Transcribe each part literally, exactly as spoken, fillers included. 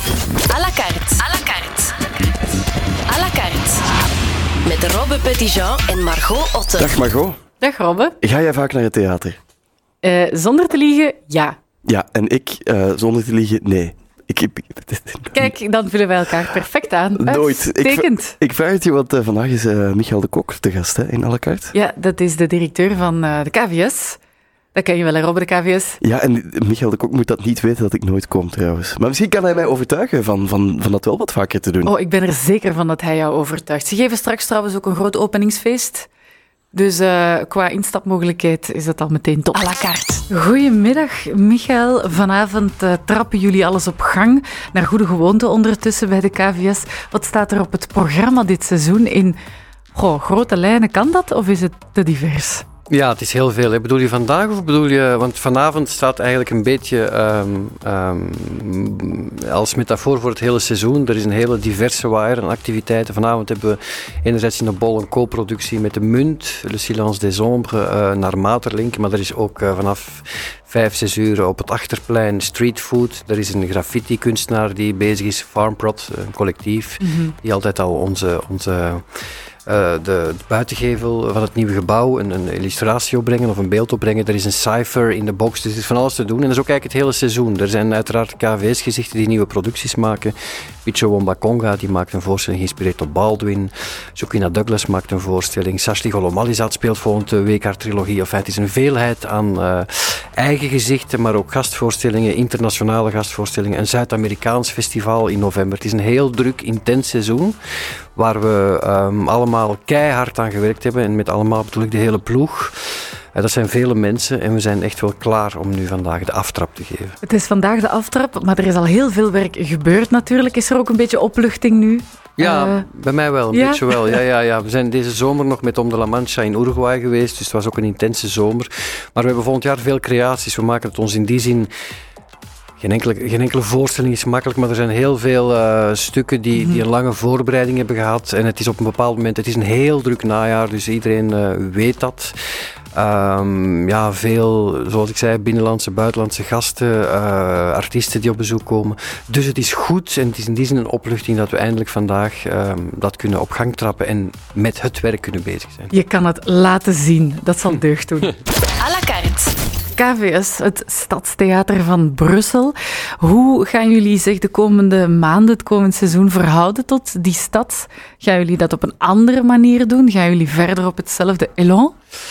À la carte. À la carte. À la carte. Met Robbe Petitjean en Margot Otten. Dag Margot. Dag Robbe. Ga jij vaak naar het theater? Uh, zonder te liegen, ja. Ja, en ik, uh, zonder te liegen, nee. Ik, ik, Kijk, dan vullen wij elkaar perfect aan. Nooit. Uitstekend. Ik, ik vraag het je, want uh, vandaag is uh, Michael de Kok te gast hè, in à la carte. Ja, dat is de directeur van uh, de K V S. Dat ken je wel, hè, Robbe, de K V S. Ja, en Michael de Kok moet dat niet weten dat ik nooit kom, trouwens. Maar misschien kan hij mij overtuigen van, van, van dat wel wat vaker te doen. Oh, ik ben er zeker van dat hij jou overtuigt. Ze geven straks trouwens ook een groot openingsfeest. Dus uh, qua instapmogelijkheid is dat al meteen top. À la carte. Goedemiddag, Michael. Vanavond uh, trappen jullie alles op gang. Naar goede gewoonte ondertussen bij de K V S. Wat staat er op het programma dit seizoen in goh, grote lijnen? Kan dat of is het te divers? Ja, het is heel veel. Hè. Bedoel je vandaag of bedoel je... Want vanavond staat eigenlijk een beetje um, um, als metafoor voor het hele seizoen. Er is een hele diverse waaier aan activiteiten. Vanavond hebben we enerzijds in de Bol een co-productie met de Munt, Le Silence des Ombres, uh, naar Materlink. Maar er is ook uh, vanaf vijf, zes uur op het Achterplein streetfood. Er is een graffiti-kunstenaar die bezig is, Farmprod, een collectief, mm-hmm. die altijd al onze... onze Uh, de, de buitengevel van het nieuwe gebouw, een, een illustratie opbrengen of een beeld opbrengen. Er is een cijfer in de box, dus er is van alles te doen. En dat is ook eigenlijk het hele seizoen. Er zijn uiteraard K V S-gezichten die nieuwe producties maken. Picho Wombakonga, die maakt een voorstelling geïnspireerd op Baldwin. Joaquina Douglas maakt een voorstelling. Sashti Golomalizat speelt volgende week haar trilogie. Enfin, het is een veelheid aan uh, eigen gezichten, maar ook gastvoorstellingen, internationale gastvoorstellingen. Een Zuid-Amerikaans festival in november. Het is een heel druk, intens seizoen, waar we um, allemaal keihard aan gewerkt hebben. En met allemaal bedoel ik de hele ploeg. Uh, dat zijn vele mensen en we zijn echt wel klaar om nu vandaag de aftrap te geven. Het is vandaag de aftrap, maar er is al heel veel werk gebeurd natuurlijk. Is er ook een beetje opluchting nu? Ja, uh, bij mij wel, een ja? beetje wel. Ja, ja, ja. We zijn deze zomer nog met Om de La Mancha in Uruguay geweest, dus het was ook een intense zomer. Maar we hebben volgend jaar veel creaties. We maken het ons in die zin... Geen enkele, geen enkele voorstelling is makkelijk, maar er zijn heel veel uh, stukken die, mm-hmm. die een lange voorbereiding hebben gehad. En het is op een bepaald moment, het is een heel druk najaar, dus iedereen uh, weet dat. Um, ja, veel, zoals ik zei, binnenlandse, buitenlandse gasten, uh, artiesten die op bezoek komen. Dus het is goed en het is in die zin een opluchting dat we eindelijk vandaag um, dat kunnen op gang trappen en met het werk kunnen bezig zijn. Je kan het laten zien, dat zal deugd doen. À la carte. K V S, het Stadstheater van Brussel. Hoe gaan jullie zich de komende maanden, het komend seizoen verhouden tot die stad? Gaan jullie dat op een andere manier doen? Gaan jullie verder op hetzelfde elan?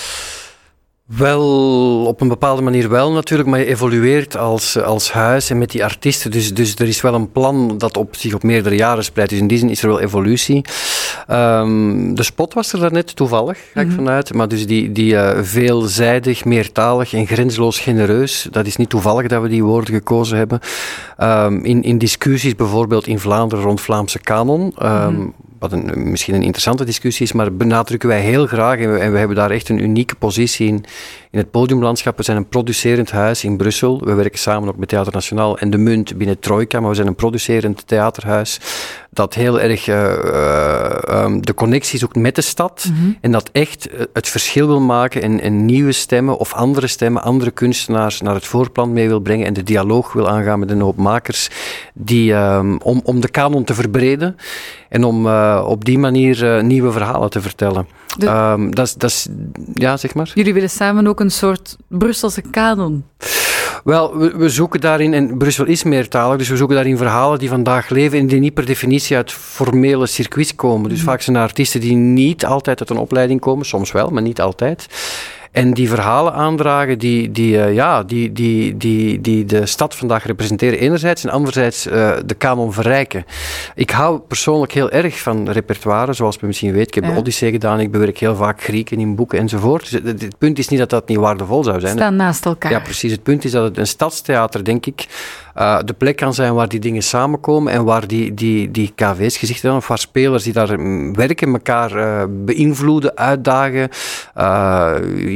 Wel, op een bepaalde manier wel natuurlijk, maar je evolueert als, als huis en met die artiesten. Dus, dus er is wel een plan dat op zich op meerdere jaren spreidt. Dus in die zin is er wel evolutie. Um, de spot was er daarnet toevallig, ga ik mm-hmm. vanuit. Maar dus die, die uh, veelzijdig, meertalig en grenzeloos genereus, dat is niet toevallig dat we die woorden gekozen hebben. Um, in, in discussies bijvoorbeeld in Vlaanderen rond Vlaamse kanon, um, mm-hmm. wat een, misschien een interessante discussie is, maar benadrukken wij heel graag, en we, en we hebben daar echt een unieke positie in, in het podiumlandschap. We zijn een producerend huis in Brussel. We werken samen ook met Theater Nationaal en de Munt binnen Trojka, maar we zijn een producerend theaterhuis dat heel erg uh, uh, um, de connectie zoekt met de stad mm-hmm. en dat echt uh, het verschil wil maken en, en nieuwe stemmen of andere stemmen, andere kunstenaars naar het voorplan mee wil brengen en de dialoog wil aangaan met een hoop makers die, um, om, om de kanon te verbreden en om uh, op die manier uh, nieuwe verhalen te vertellen. De... Um, dat is, dat is, ja, zeg maar. Jullie willen samen ook een soort Brusselse kanon. Wel, we, we zoeken daarin, en Brussel is meertalig, dus we zoeken daarin verhalen die vandaag leven en die niet per definitie uit formele circuits komen. Dus mm. vaak zijn er artiesten die niet altijd uit een opleiding komen, soms wel, maar niet altijd. En die verhalen aandragen die, die, uh, ja, die, die, die, die de stad vandaag representeren enerzijds en anderzijds uh, de kanon verrijken. Ik hou persoonlijk heel erg van repertoire, zoals je misschien weet. Ik heb ja. de Odyssee gedaan, ik bewerk heel vaak Grieken in boeken enzovoort. Dus het, het punt is niet dat dat niet waardevol zou zijn. Staan naast elkaar. Ja, precies. Het punt is dat het een stadstheater, denk ik, uh, de plek kan zijn waar die dingen samenkomen en waar die, die, die K V S-gezichten dan, of waar spelers die daar werken, elkaar uh, beïnvloeden, uitdagen, uh, in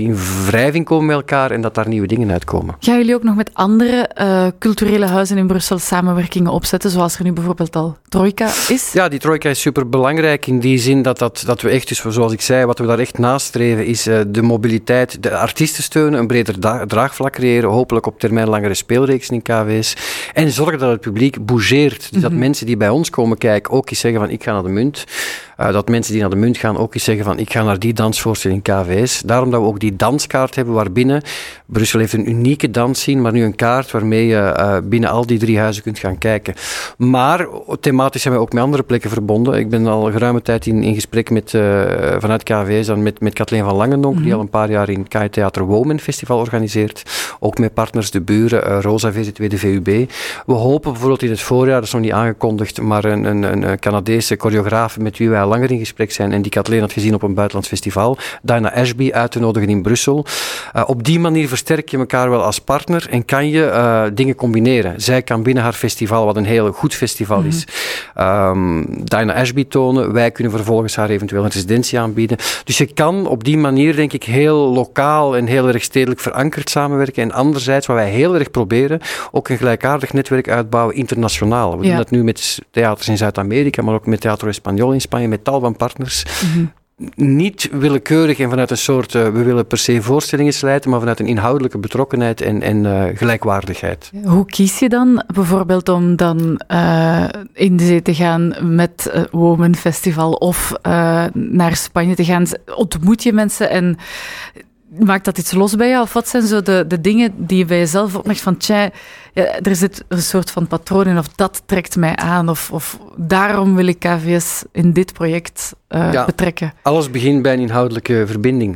in wrijving komen met elkaar en dat daar nieuwe dingen uitkomen. Gaan jullie ook nog met andere uh, culturele huizen in Brussel samenwerkingen opzetten, zoals er nu bijvoorbeeld al Trojka is? Ja, die Trojka is superbelangrijk in die zin dat, dat, dat we echt, dus zoals ik zei, wat we daar echt nastreven is uh, de mobiliteit, de artiesten steunen, een breder da- draagvlak creëren, hopelijk op termijn langere speelreeksen in K V's en zorgen dat het publiek bougeert. Dus mm-hmm. dat mensen die bij ons komen kijken ook eens zeggen van ik ga naar de Munt. Uh, dat mensen die naar de Munt gaan ook eens zeggen van ik ga naar die dansvoorstelling in K V's. Daarom dat we ook die danskaart hebben waarbinnen Brussel heeft een unieke dansscene, maar nu een kaart waarmee je uh, binnen al die drie huizen kunt gaan kijken. Maar thematisch zijn we ook met andere plekken verbonden. Ik ben al geruime tijd in, in gesprek met, uh, vanuit K V's dan met, met Kathleen van Langendonk, mm-hmm. die al een paar jaar in K I Theater Women Festival organiseert. Ook met partners de buren, uh, Rosa V Z W, de V U B. We hopen bijvoorbeeld in het voorjaar, dat is nog niet aangekondigd, maar een, een, een Canadese choreograaf met wie wij langer in gesprek zijn en die Kathleen had gezien op een buitenlands festival, Dinah Ashby uit te nodigen in Brussel. Uh, op die manier versterk je elkaar wel als partner en kan je uh, dingen combineren. Zij kan binnen haar festival, wat een heel goed festival mm-hmm. is, um, Dinah Ashby tonen. Wij kunnen vervolgens haar eventueel een residentie aanbieden. Dus je kan op die manier, denk ik, heel lokaal en heel erg stedelijk verankerd samenwerken. En anderzijds, wat wij heel erg proberen, ook een gelijkaardig netwerk uitbouwen internationaal. We ja. doen dat nu met theaters in Zuid-Amerika, maar ook met Teatro Español in Spanje, met tal van partners. Mm-hmm. Niet willekeurig en vanuit een soort, uh, we willen per se voorstellingen slijten, maar vanuit een inhoudelijke betrokkenheid en, en uh, gelijkwaardigheid. Hoe kies je dan bijvoorbeeld om dan uh, in de zee te gaan met uh, Women Festival of uh, naar Spanje te gaan? Ontmoet je mensen en maakt dat iets los bij jou? Of wat zijn zo de, de dingen die je bij jezelf opmerkt van tja, ja, er zit een soort van patroon in of dat trekt mij aan of, of daarom wil ik K V S in dit project uh, ja, betrekken? Alles begint bij een inhoudelijke verbinding.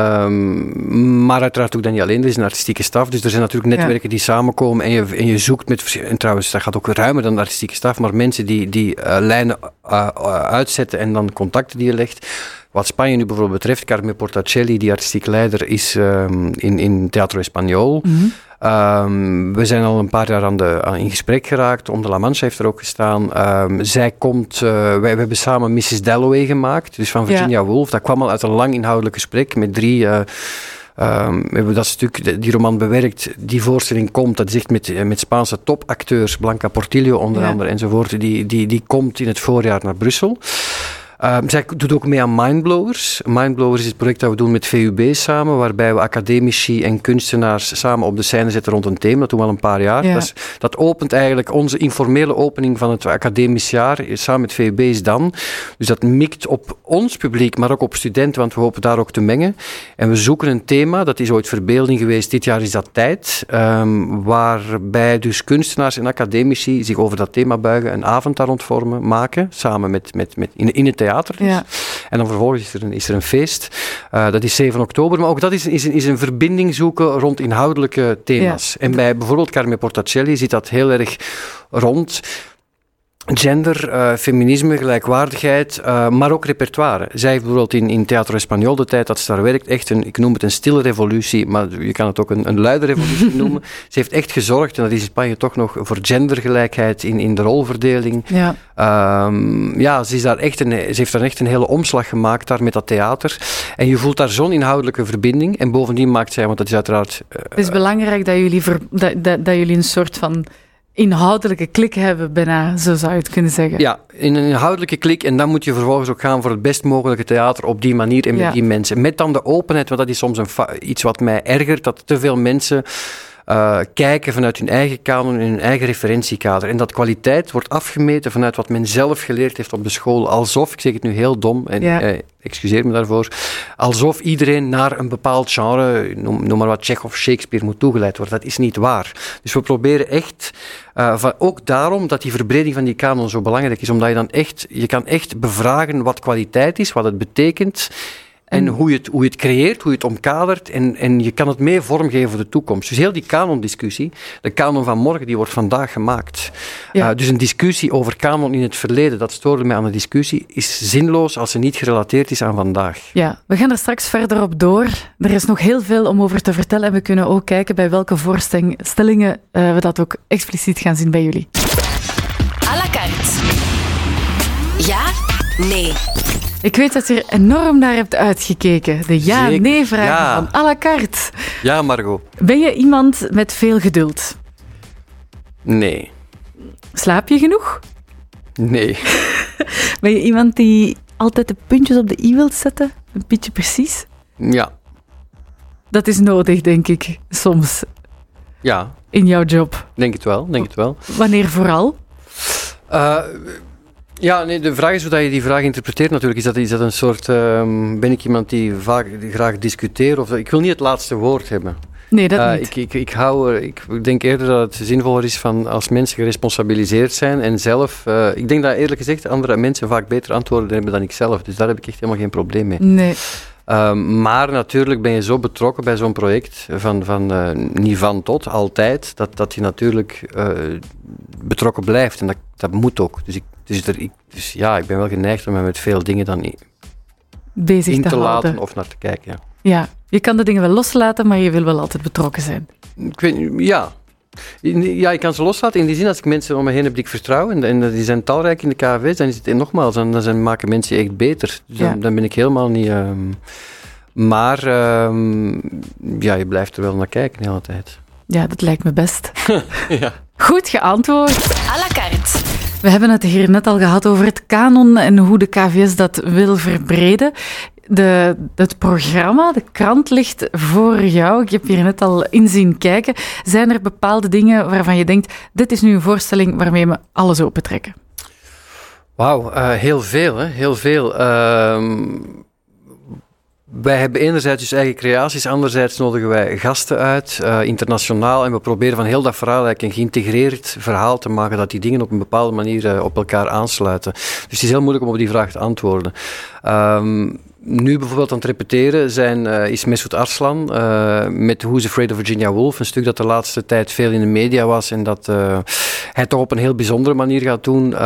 Um, maar uiteraard ook dan niet alleen, er is een artistieke staf, dus er zijn natuurlijk netwerken ja. die samenkomen en je, en je zoekt met, en trouwens dat gaat ook ruimer dan de artistieke staf, maar mensen die, die uh, lijnen uh, uh, uitzetten en dan contacten die je legt. Wat Spanje nu bijvoorbeeld betreft, Carmen Portacelli, die artistiek leider is um, in, in Teatro Español. Mm-hmm. Um, we zijn al een paar jaar aan de, aan, in gesprek geraakt. Om de La Mancha heeft er ook gestaan. Um, zij komt, uh, wij, wij hebben samen missus Dalloway gemaakt, dus van Virginia ja. Woolf. Dat kwam al uit een lang inhoudelijk gesprek met drie... Uh, Um, we hebben dat stuk, die roman bewerkt, die voorstelling komt, dat is echt met, met Spaanse topacteurs, Blanca Portillo onder ja. andere enzovoort, die, die, die komt in het voorjaar naar Brussel. Uh, zij doet ook mee aan Mindblowers. Mindblowers is het project dat we doen met V U B samen, waarbij we academici en kunstenaars samen op de scène zetten rond een thema. Dat doen we al een paar jaar. Ja. Dat, is, dat opent eigenlijk onze informele opening van het academisch jaar. Samen met V U B is dan. Dus dat mikt op ons publiek, maar ook op studenten, want we hopen daar ook te mengen. En we zoeken een thema, dat is ooit verbeelding geweest. Dit jaar is dat tijd. Um, waarbij dus kunstenaars en academici zich over dat thema buigen, een avond daar rond vormen, maken, samen met, met, met in, in het theater. Dus. Ja. En dan vervolgens is er een, is er een feest. Uh, dat is zeven oktober. Maar ook dat is, is, een, is een verbinding zoeken rond inhoudelijke thema's. Ja. En bij bijvoorbeeld Carmen Portacelli zit dat heel erg rond gender, uh, feminisme, gelijkwaardigheid, uh, maar ook repertoire. Zij heeft bijvoorbeeld in, in Teatro Español, de tijd dat ze daar werkt, echt een, ik noem het een stille revolutie, maar je kan het ook een, een luide revolutie noemen. Ze heeft echt gezorgd, en dat is in Spanje toch nog, voor gendergelijkheid in, in de rolverdeling. Ja. Um, ja, ze, is daar echt een, ze heeft daar echt een hele omslag gemaakt daar met dat theater. En je voelt daar zo'n inhoudelijke verbinding. En bovendien maakt zij, want dat is uiteraard... Uh, het is belangrijk dat jullie, ver, dat, dat, dat jullie een soort van inhoudelijke klik hebben bijna, zo zou je het kunnen zeggen. Ja, in een inhoudelijke klik en dan moet je vervolgens ook gaan voor het best mogelijke theater op die manier en met ja. die mensen. Met dan de openheid, want dat is soms een fa- iets wat mij ergert, dat te veel mensen uh, kijken vanuit hun eigen kanon en hun eigen referentiekader. En dat kwaliteit wordt afgemeten vanuit wat men zelf geleerd heeft op de school. Alsof, ik zeg het nu heel dom, en ja. eh, excuseer me daarvoor, alsof iedereen naar een bepaald genre, noem, noem maar wat, Tsjech of Shakespeare moet toegeleid worden. Dat is niet waar. Dus we proberen echt, uh, van, ook daarom dat die verbreding van die kanon zo belangrijk is, omdat je dan echt, je kan echt bevragen wat kwaliteit is, wat het betekent, en hoe je het, hoe je het creëert, hoe je het omkadert, en, en je kan het mee vormgeven voor de toekomst. Dus heel die kanondiscussie, de kanon van morgen, die wordt vandaag gemaakt. Ja. Uh, dus een discussie over kanon in het verleden, dat stoorde mij aan de discussie, is zinloos als ze niet gerelateerd is aan vandaag. Ja, we gaan er straks verder op door. Er is nog heel veel om over te vertellen en we kunnen ook kijken bij welke voorstellingen uh, we dat ook expliciet gaan zien bij jullie. À la carte. Ja? Nee. Ik weet dat je er enorm naar hebt uitgekeken. De ja-nee-vragen ja. van à la carte. Ja, Margot. Ben je iemand met veel geduld? Nee. Slaap je genoeg? Nee. Ben je iemand die altijd de puntjes op de i wilt zetten? Een beetje precies? Ja. Dat is nodig, denk ik, soms Ja. in jouw job. Denk het wel, denk het wel. Wanneer vooral? Uh, ja, nee, de vraag is hoe je die vraag interpreteert natuurlijk. Is dat, is dat een soort... Uh, ben ik iemand die vaak die graag discuteert? Of, ik wil niet het laatste woord hebben. Nee, dat uh, niet. Ik, ik, ik, hou, ik denk eerder dat het zinvoller is van als mensen geresponsabiliseerd zijn en zelf... Uh, ik denk dat eerlijk gezegd andere mensen vaak beter antwoorden hebben dan ik zelf. Dus daar heb ik echt helemaal geen probleem mee. Nee. Uh, maar natuurlijk ben je zo betrokken bij zo'n project, van, van uh, niet van tot, altijd, dat, dat je natuurlijk uh, betrokken blijft. En dat, dat moet ook. Dus, ik, dus, er, ik, dus ja, ik ben wel geneigd om me met veel dingen dan in, bezig in te, te houden. laten of naar te kijken. Ja. Ja, je kan de dingen wel loslaten, maar je wil wel altijd betrokken zijn. Ik weet, ja. Ja, ik kan ze loslaten in die zin als ik mensen om me heen heb die ik vertrouw. En, en die zijn talrijk in de K V S. Dan is het en nogmaals, dan, dan zijn, maken mensen je echt beter. Dus dan, Ja. dan ben ik helemaal niet... Um, maar um, ja, je blijft er wel naar kijken de hele tijd. Ja, dat lijkt me best. Ja. Goed geantwoord. À la carte. We hebben het hier net al gehad over het kanon en hoe de K V S dat wil verbreden. De, het programma, de krant ligt voor jou. Ik heb hier net al in zien kijken. Zijn er bepaalde dingen waarvan je denkt, dit is nu een voorstelling waarmee we alles opentrekken? Wauw, uh, heel veel, hè? Heel veel. Uh, wij hebben enerzijds dus eigen creaties, anderzijds nodigen wij gasten uit, uh, internationaal, en we proberen van heel dat verhaal eigenlijk een geïntegreerd verhaal te maken, dat die dingen op een bepaalde manier uh, op elkaar aansluiten. Dus het is heel moeilijk om op die vraag te antwoorden. Um, Nu bijvoorbeeld aan het repeteren zijn, uh, is Mesut Arslan uh, met Who's Afraid of Virginia Woolf, een stuk dat de laatste tijd veel in de media was en dat uh, hij toch op een heel bijzondere manier gaat doen,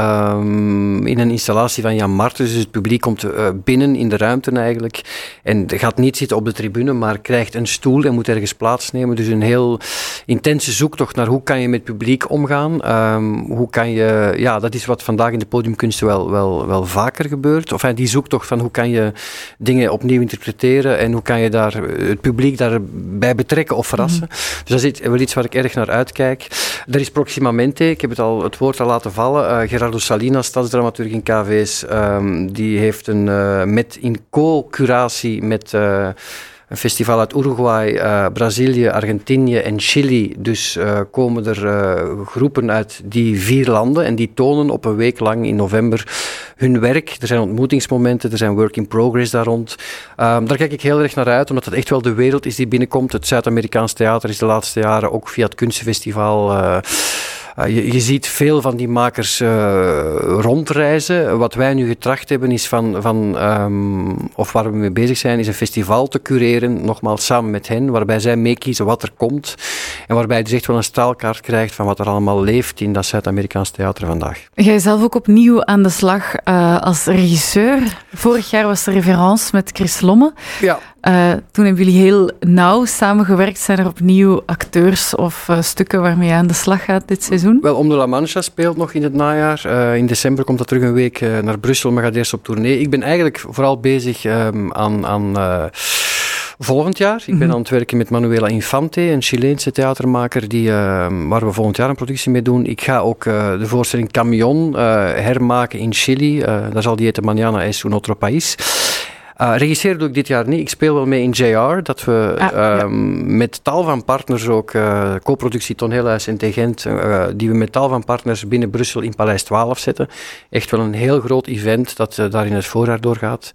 um, in een installatie van Jan Martens. Dus het publiek komt uh, binnen in de ruimte eigenlijk en gaat niet zitten op de tribune, maar krijgt een stoel en moet ergens plaatsnemen. Dus een heel intense zoektocht naar hoe kan je met het publiek omgaan. Um, hoe kan je, ja, dat is wat vandaag in de podiumkunsten wel, wel, wel vaker gebeurt. Of die zoektocht van hoe kan je dingen opnieuw interpreteren en hoe kan je daar het publiek daarbij betrekken of verrassen. Mm. Dus dat is wel iets waar ik erg naar uitkijk. Er is Proximamente, ik heb het, al, het woord al laten vallen. Uh, Gerardo Salinas, stadsdramaturg in K V S, um, die heeft een, uh, met, in co-curatie met... Uh, Een festival uit Uruguay, uh, Brazilië, Argentinië en Chili. Dus uh, komen er uh, groepen uit die vier landen en die tonen op een week lang in november hun werk. Er zijn ontmoetingsmomenten, er zijn work in progress daar rond. Um, daar kijk ik heel erg naar uit, omdat het echt wel de wereld is die binnenkomt. Het Zuid-Amerikaans theater is de laatste jaren ook via het Kunstenfestival... Uh, Uh, je, je ziet veel van die makers uh, rondreizen. Wat wij nu getracht hebben is van, van um, of waar we mee bezig zijn, is een festival te cureren, nogmaals samen met hen, waarbij zij meekiezen wat er komt en waarbij je dus echt wel een straalkaart krijgt van wat er allemaal leeft in dat Zuid-Amerikaans theater vandaag. Jij zelf ook opnieuw aan de slag uh, als regisseur. Vorig jaar was de Reverence met Chris Lomme. Ja. Uh, toen hebben jullie heel nauw samengewerkt. Zijn er opnieuw acteurs of uh, stukken waarmee je aan de slag gaat dit seizoen? Wel, Om de La Mancha speelt nog in het najaar. Uh, in december komt dat terug een week uh, naar Brussel, maar gaat eerst op tournee. Ik ben eigenlijk vooral bezig um, aan... aan uh, volgend jaar. Ik ben mm-hmm. aan het werken met Manuela Infante, een Chileense theatermaker, die, uh, waar we volgend jaar een productie mee doen. Ik ga ook uh, de voorstelling Camion uh, hermaken in Chili. Uh, daar zal die heten Mañana es un otro país. Uh, regisseren doe ik dit jaar niet. Ik speel wel mee in J R, dat we ah, uh, ja. met tal van partners ook, uh, co-productie Toneelhuis en Tegent, uh, die we met tal van partners binnen Brussel in Paleis twaalf zetten. Echt wel een heel groot event dat uh, daar in het voorjaar doorgaat.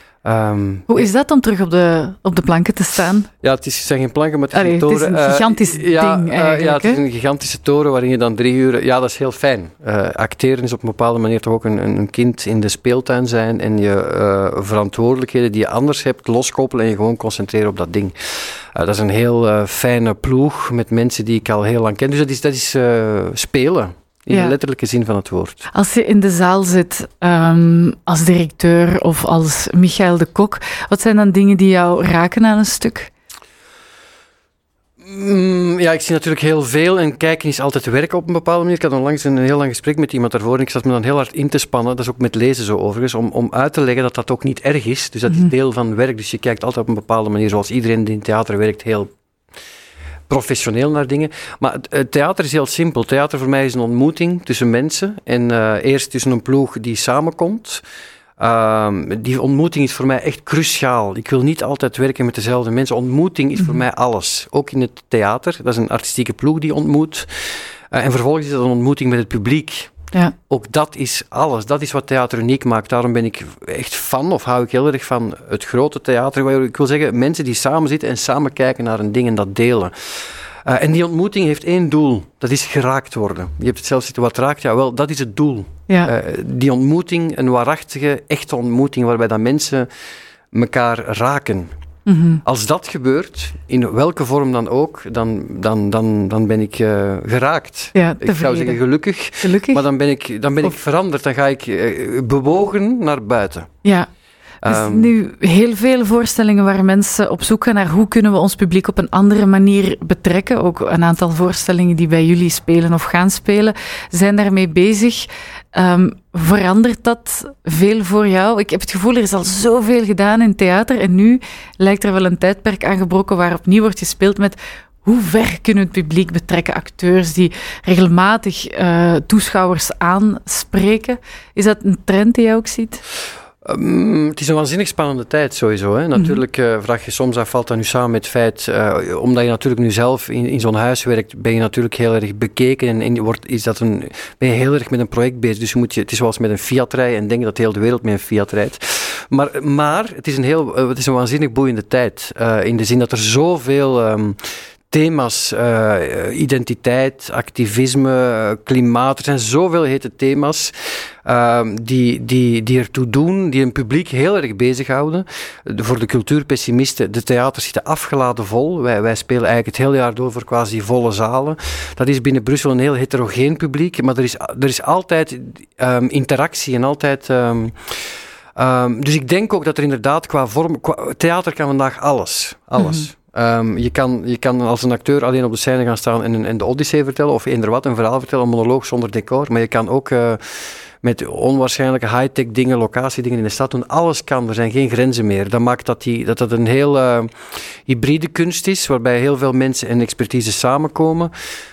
Um, Hoe is dat om terug op de, op de planken te staan? Ja, het, is, het zijn geen planken, maar het is Allee, een toren. Het is een gigantisch uh, ja, ding eigenlijk. Uh, ja, het is een gigantische toren waarin je dan drie uur... Ja, dat is heel fijn. Uh, acteren is op een bepaalde manier toch ook een, een kind in de speeltuin zijn en je uh, verantwoordelijkheden die je anders hebt loskoppelen en je gewoon concentreren op dat ding. Uh, dat is een heel uh, fijne ploeg met mensen die ik al heel lang ken. Dus dat is, dat is uh, spelen. In ja. de letterlijke zin van het woord. Als je in de zaal zit um, als directeur of als Michael de Kok, wat zijn dan dingen die jou raken aan een stuk? Mm, ja, ik zie natuurlijk heel veel en kijken is altijd werken op een bepaalde manier. Ik had onlangs een heel lang gesprek met iemand daarvoor en ik zat me dan heel hard in te spannen, dat is ook met lezen zo overigens, om, om uit te leggen dat dat ook niet erg is. Dus dat is deel van werk, dus je kijkt altijd op een bepaalde manier, zoals iedereen die in theater werkt, heel professioneel naar dingen. Maar het, het theater is heel simpel. Theater voor mij is een ontmoeting tussen mensen en uh, eerst tussen een ploeg die samenkomt. Uh, die ontmoeting is voor mij echt cruciaal. Ik wil niet altijd werken met dezelfde mensen. Ontmoeting is voor mij alles. Ook in het theater. Dat is een artistieke ploeg die ontmoet. Uh, en vervolgens is dat een ontmoeting met het publiek. Ja. Ook dat is alles. Dat is wat theater uniek maakt. Daarom ben ik echt fan, of hou ik heel erg van het grote theater. Ik wil zeggen, mensen die samen zitten en samen kijken naar een ding en dat delen. Uh, en die ontmoeting heeft één doel. Dat is geraakt worden. Je hebt het zelfs zitten, wat raakt? Ja, wel, dat is het doel. Ja. Uh, die ontmoeting, een waarachtige, echte ontmoeting, waarbij dat mensen elkaar raken. Mm-hmm. Als dat gebeurt, in welke vorm dan ook, dan, dan, dan, dan ben ik uh, geraakt. Ja, ik zou zeggen gelukkig, gelukkig. Maar dan ben ik, dan ben ik veranderd. Dan ga ik uh, bewogen naar buiten. Ja. Er zijn Um, nu heel veel voorstellingen waar mensen op zoek gaan naar hoe kunnen we ons publiek op een andere manier betrekken. Ook een aantal voorstellingen die bij jullie spelen of gaan spelen, zijn daarmee bezig. Um, verandert dat veel voor jou? Ik heb het gevoel, er is al zoveel gedaan in theater en nu lijkt er wel een tijdperk aangebroken waar opnieuw wordt gespeeld met hoe ver kunnen we het publiek betrekken? Acteurs die regelmatig uh, toeschouwers aanspreken. Is dat een trend die jij ook ziet? Um, het is een waanzinnig spannende tijd sowieso. Hè. Natuurlijk uh, vraag je soms af, valt dat nu samen met het feit, uh, omdat je natuurlijk nu zelf in, in zo'n huis werkt, ben je natuurlijk heel erg bekeken en, en wordt, is dat een, ben je heel erg met een project bezig. Dus je moet je, het is zoals met een Fiat rijden en denken dat de hele wereld met een Fiat rijdt. Maar, maar het is een heel, uh, het is een waanzinnig boeiende tijd. Uh, in de zin dat er zoveel Um, thema's, uh, identiteit, activisme, klimaat. Er zijn zoveel hete thema's uh, die, die, die ertoe doen, die een publiek heel erg bezighouden. De, voor de cultuurpessimisten, de theaters zitten afgeladen vol. Wij, wij spelen eigenlijk het hele jaar door voor quasi volle zalen. Dat is binnen Brussel een heel heterogeen publiek, maar er is, er is altijd um, interactie en altijd Um, Um, dus ik denk ook dat er inderdaad qua vorm... Qua, theater kan vandaag alles. Alles. Mm-hmm. Um, je, kan, je kan als een acteur alleen op de scène gaan staan en, en de Odyssee vertellen, of eender wat, een verhaal vertellen, een monoloog zonder decor. Maar je kan ook uh, met onwaarschijnlijke high-tech dingen, locatiedingen in de stad doen. Alles kan, er zijn geen grenzen meer. Dat maakt dat die, dat, dat een heel uh, hybride kunst is, waarbij heel veel mensen en expertise samenkomen.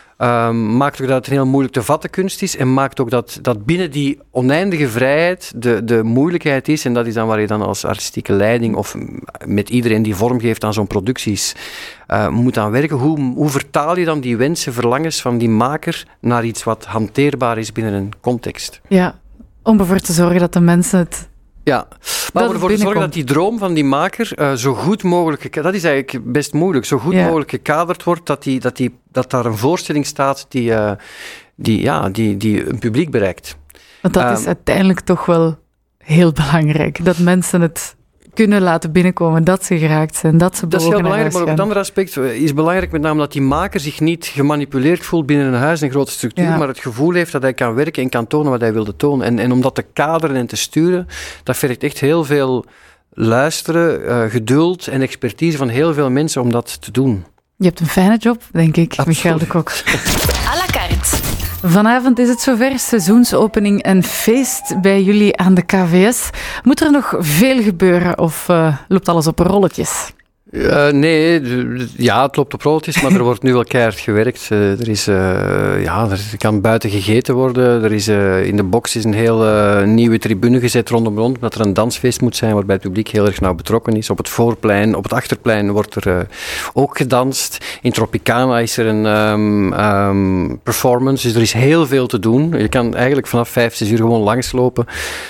Um, maakt ook dat het een heel moeilijk te vatten kunst is en maakt ook dat, dat binnen die oneindige vrijheid de, de moeilijkheid is, en dat is dan waar je dan als artistieke leiding of met iedereen die vorm geeft aan zo'n producties uh, moet aan werken. Hoe, hoe vertaal je dan die wensen, verlangens van die maker naar iets wat hanteerbaar is binnen een context? Ja, om ervoor te zorgen dat de mensen het... Ja, maar om ervoor te zorgen dat die droom van die maker uh, zo goed mogelijk, dat is eigenlijk best moeilijk, zo goed ja. mogelijk gekaderd wordt, dat, die, dat, die, dat daar een voorstelling staat die, uh, die, ja, die, die een publiek bereikt. Want dat um, is uiteindelijk toch wel heel belangrijk, dat mensen het kunnen laten binnenkomen, dat ze geraakt zijn, dat ze Dat is heel belangrijk, maar ook gaan. het andere aspect is belangrijk, met name dat die maker zich niet gemanipuleerd voelt binnen een huis, een grote structuur, ja. maar het gevoel heeft dat hij kan werken en kan tonen wat hij wilde tonen. En, en om dat te kaderen en te sturen, dat vergt echt heel veel luisteren, uh, geduld en expertise van heel veel mensen om dat te doen. Je hebt een fijne job, denk ik, Absoluut. Michael de Kok. À la carte. Vanavond is het zover, seizoensopening en feest bij jullie aan de K V S. Moet er nog veel gebeuren of uh, loopt alles op rolletjes? Uh, nee, ja, het loopt op rolletjes, maar er wordt nu wel keihard gewerkt. Uh, er, is, uh, ja, er kan buiten gegeten worden. Er is, uh, in de box is een heel uh, nieuwe tribune gezet rondom rond, omdat er een dansfeest moet zijn waarbij het publiek heel erg nauw betrokken is. Op het voorplein, op het achterplein wordt er uh, ook gedanst. In Tropicana is er een um, um, performance, dus er is heel veel te doen. Je kan eigenlijk vanaf vijf, zes uur gewoon langslopen.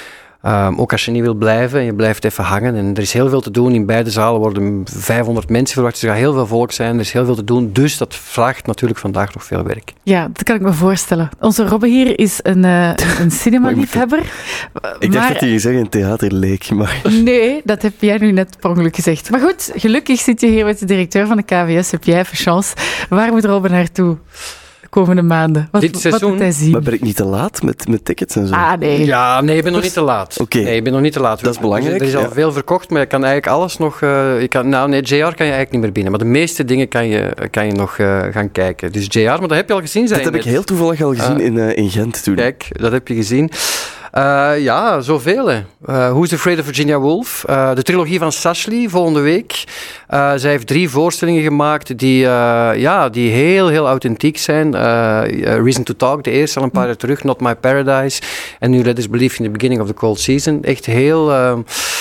Um, ook als je niet wil blijven en je blijft even hangen. En er is heel veel te doen. In beide zalen worden vijfhonderd mensen verwacht. Dus er gaat heel veel volk zijn. Er is heel veel te doen. Dus dat vraagt natuurlijk vandaag nog veel werk. Ja, dat kan ik me voorstellen. Onze Robbe hier is een, uh, een cinemaliefhebber. Ik dacht maar... dat hij je zeggen een theaterleek. Maar... Nee, dat heb jij nu net per ongeluk gezegd. Maar goed, gelukkig zit je hier met de directeur van de K V S. Heb jij even chance. Waar moet Robbe naartoe? komende maanden? Wat, Dit seizoen? Wat moet hij zien? Maar ben ik niet te laat met, met tickets en zo? Ah, nee. Ja, nee, je bent nog niet te laat. Oké. Nee, je bent nog niet te laat. Dat is belangrijk, Er is al ja. veel verkocht, maar je kan eigenlijk alles nog... Uh, je kan, nou, nee, J R kan je eigenlijk niet meer binnen. Maar de meeste dingen kan je, kan je nog uh, gaan kijken. Dus J R, maar dat heb je al gezien, zei Dat heb je ik net. heel toevallig al gezien uh, in, uh, in Gent toen. Kijk, dat heb je gezien. Uh, ja, zoveel. Hè. Uh, Who's Afraid of Virginia Woolf? Uh, de trilogie van Sashley, volgende week. Uh, zij heeft drie voorstellingen gemaakt die, uh, ja, die heel, heel authentiek zijn. Uh, Reason to Talk, de eerste al een paar jaar terug. Not My Paradise. En nu Let Us Believe in the Beginning of the Cold Season. Echt heel... Uh,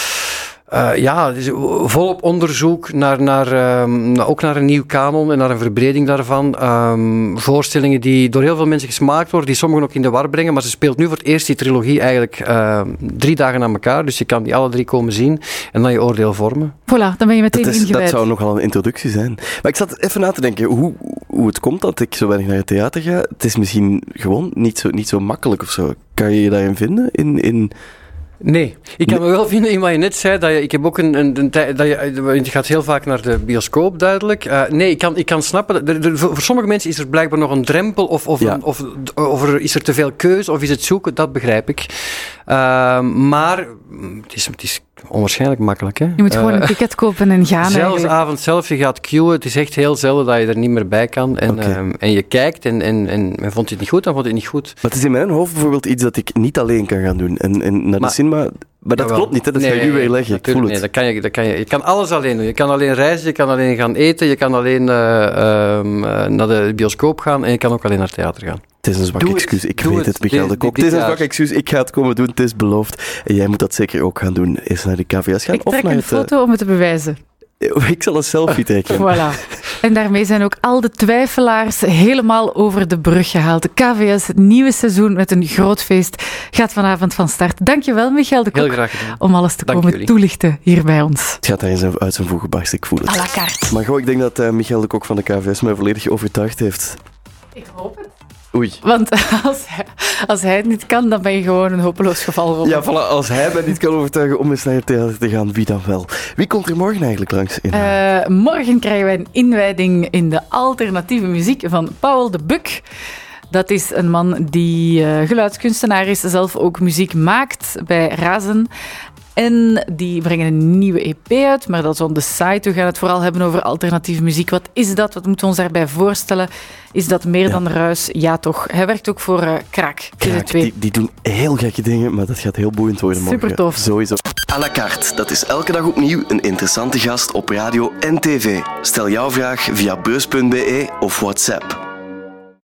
Uh, ja, dus volop onderzoek naar, naar, um, ook naar een nieuw kanon en naar een verbreding daarvan. Um, voorstellingen die door heel veel mensen gesmaakt worden, die sommigen ook in de war brengen. Maar ze speelt nu voor het eerst die trilogie eigenlijk uh, drie dagen aan elkaar. Dus je kan die alle drie komen zien en dan je oordeel vormen. Voilà, dan ben je meteen dat, is, ingewijd. dat zou nogal een introductie zijn. Maar ik zat even na te denken hoe, hoe het komt dat ik zo weinig naar het theater ga. Het is misschien gewoon niet zo, niet zo makkelijk of zo. Kan je je daarin vinden? In... in Nee, ik kan me wel vinden in wat je net zei, dat je, ik heb ook een, een, een tijd, dat je, je gaat heel vaak naar de bioscoop, duidelijk. Uh, nee, ik kan, ik kan snappen, dat, er, voor sommige mensen is er blijkbaar nog een drempel, of, of, ja. een, of, of er, is er te veel keuze, of is het zoeken, dat begrijp ik. Uh, maar het is, het is onwaarschijnlijk makkelijk, hè. Je moet gewoon een ticket kopen en gaan Zelfs eigenlijk. avond zelf, je gaat queuen, het is echt heel zelden dat je er niet meer bij kan. En, Okay. uh, en je kijkt en, en, en, en vond je het niet goed, dan vond je het niet goed. Maar het is in mijn hoofd bijvoorbeeld iets dat ik niet alleen kan gaan doen. En, en naar Maar- de cinema... Maar dat Jawel. klopt niet, hè? Dat nee, ga je nu weer leggen. Ik voel het. Nee, dat kan je, dat kan je. Je kan alles alleen doen. Je kan alleen reizen, je kan alleen gaan eten, je kan alleen uh, um, uh, naar de bioscoop gaan en je kan ook alleen naar het theater gaan. Het is een zwak Doe het. excuus. Ik Doe weet het. het, Michael de Dit- Kok. dit Het is een jaar. zwak excuus. Ik ga het komen doen. Het is beloofd. En jij moet dat zeker ook gaan doen. Eerst naar de K V S gaan Ik of trek naar een het... uh, foto om het te bewijzen. Ik zal een selfie trekken. Voilà. En daarmee zijn ook al de twijfelaars helemaal over de brug gehaald. De K V S, het nieuwe seizoen met een groot feest, gaat vanavond van start. Dankjewel, Michael de Heel Kok, graag gedaan. om alles te Dank komen jullie. toelichten hier bij ons. Het gaat daar in zijn, uit zijn voegen barsten. Ik voel het. À la carte. Maar goh, ik denk dat uh, Michael de Kok van de K V S mij volledig overtuigd heeft. Ik hoop het. Oei. Want als hij, als hij het niet kan, dan ben je gewoon een hopeloos geval. Robert. Ja, voilà. Als hij mij niet kan overtuigen om eens naar het theater te gaan, wie dan wel? Wie komt er morgen eigenlijk langs? In, uh... Uh, morgen krijgen wij een inwijding in de alternatieve muziek van Paul de Buck. Dat is een man die uh, geluidskunstenaar is, zelf ook muziek maakt bij Razen. En die brengen een nieuwe E P uit, maar dat is on the site. We gaan het vooral hebben over alternatieve muziek. Wat is dat? Wat moeten we ons daarbij voorstellen? Is dat meer Ja. dan ruis? Ja, toch. Hij werkt ook voor uh, Kraak. Kraak, die, die doen heel gekke dingen, maar dat gaat heel boeiend worden morgen. Super tof. Sowieso. À la carte, dat is elke dag opnieuw een interessante gast op radio en tv. Stel jouw vraag via beurs punt be of WhatsApp.